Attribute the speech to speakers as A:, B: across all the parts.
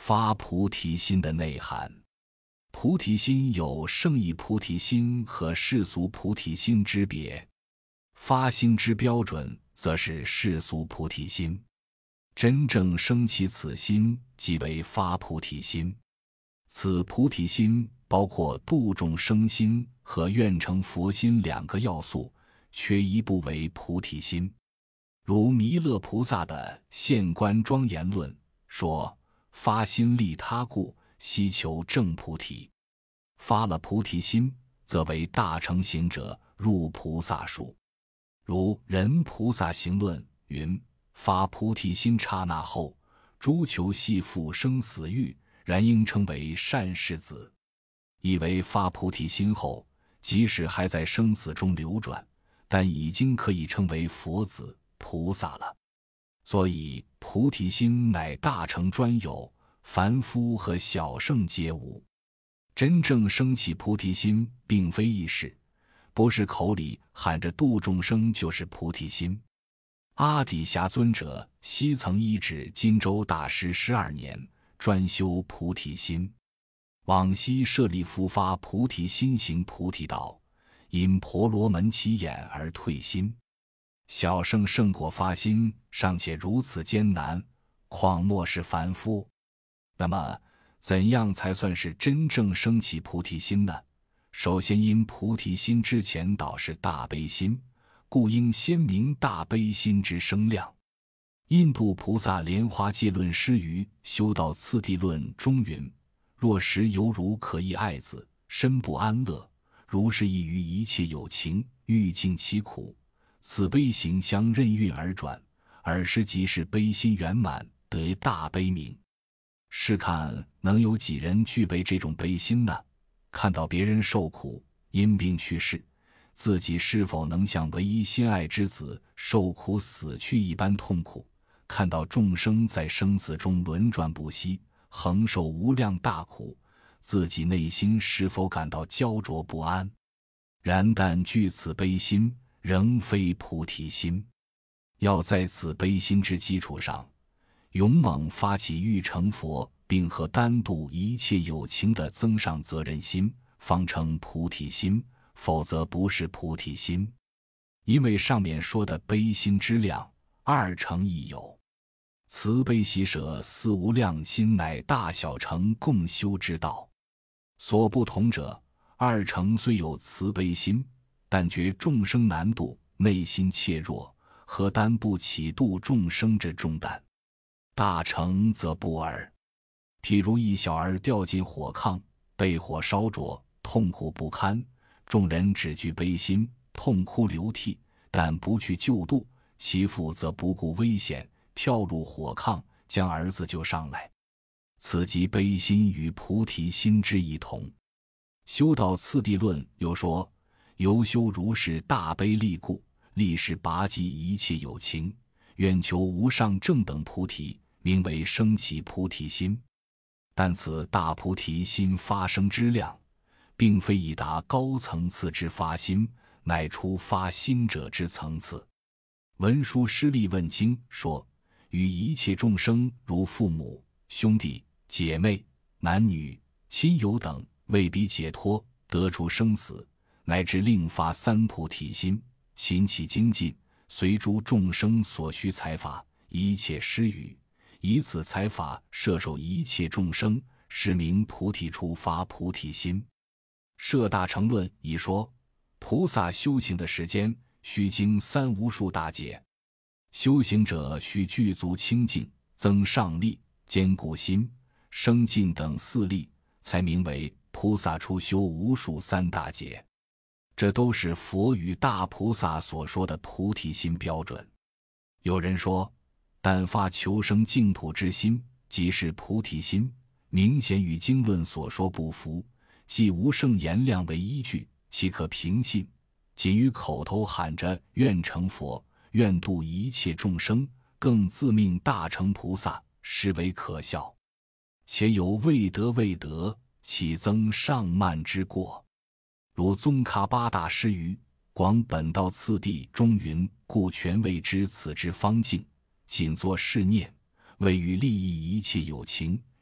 A: 发菩提心的内涵。菩提心有圣意菩提心和世俗菩提心之别，发心之标准则是世俗菩提心。真正生起此心，即为发菩提心。此菩提心包括度众生心和愿成佛心两个要素，缺一不为菩提心。如弥勒菩萨的现观庄严论说，发心利他故，希求正菩提。发了菩提心，则为大乘行者，入菩萨数。如人菩萨行论云，发菩提心刹那后，诸求系复生死欲，然应称为善士子。以为发菩提心后，即使还在生死中流转，但已经可以称为佛子菩萨了。所以菩提心乃大乘专有，凡夫和小圣皆无。真正升起菩提心并非易事，不是口里喊着度众生就是菩提心。阿底峡尊者昔曾依止金州大师12年，专修菩提心。往昔舍利弗发菩提心行菩提道，因婆罗门起眼而退心。小圣圣果发心尚且如此艰难，况莫是凡夫？那么怎样才算是真正升起菩提心呢？首先，因菩提心之前导是大悲心，故应先明大悲心之声量。印度菩萨莲花戒论师于《修道次第论》中云：若时犹如可忆爱子，身不安乐，如是亦于一切有情，欲尽其苦，此悲行相任运而转，尔时即是悲心圆满，得大悲名。试看能有几人具备这种悲心呢？看到别人受苦，因病去世，自己是否能像唯一心爱之子受苦死去一般痛苦？看到众生在生死中轮转不息，横受无量大苦，自己内心是否感到焦灼不安？然但具此悲心，仍非菩提心。要在此悲心之基础上，勇猛发起欲成佛并和单度一切有情的增上责任心，方成菩提心，否则不是菩提心。因为上面说的悲心之量，二乘亦有。慈悲喜舍四无量心，乃大小乘共修之道。所不同者，二乘虽有慈悲心，但觉众生难度，内心怯弱，何担不起度众生之重担？大乘则不尔。譬如一小儿掉进火炕，被火烧灼，痛苦不堪，众人只具悲心，痛哭流涕，但不去救度，其父则不顾危险，跳入火炕，将儿子救上来。此即悲心与菩提心之异同。修道次第论又说，由修如是大悲力故，力是拔济一切有情，愿求无上正等菩提，名为升起菩提心。但此大菩提心发生之量，并非已达高层次之发心，乃出发心者之层次。文殊师利问经说，与一切众生如父母、兄弟、姐妹、男女、亲友等，为彼解脱，得除生死，乃至令发三菩提心，勤起精进，随诸众生所需财法，一切施予，以此财法摄受一切众生，是名菩提出发菩提心。摄大乘论已说，菩萨修行的时间须经三无数大劫，修行者须具足清净，增上力，坚固心，生进等四力，才名为菩萨出修无数三大劫。这都是佛与大菩萨所说的菩提心标准。有人说，但发求生净土之心，即是菩提心，明显与经论所说不符，既无圣言量为依据，岂可凭信？仅于口头喊着愿成佛，愿度一切众生，更自命大乘菩萨，实为可笑。且有未得，岂增上慢之过？如宗喀巴大师于《广本道次第》中云，故全谓之此之方境，仅作是念，为欲利益一切有情，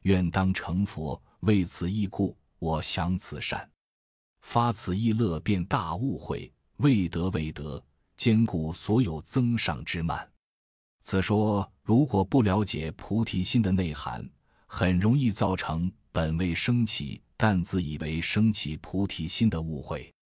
A: 愿当成佛。为此义故，我享此善。发此意乐，便大误会，未得，兼顾所有增上之慢。此说如果不了解菩提心的内涵，很容易造成本未升起但自以为升起菩提心的误会。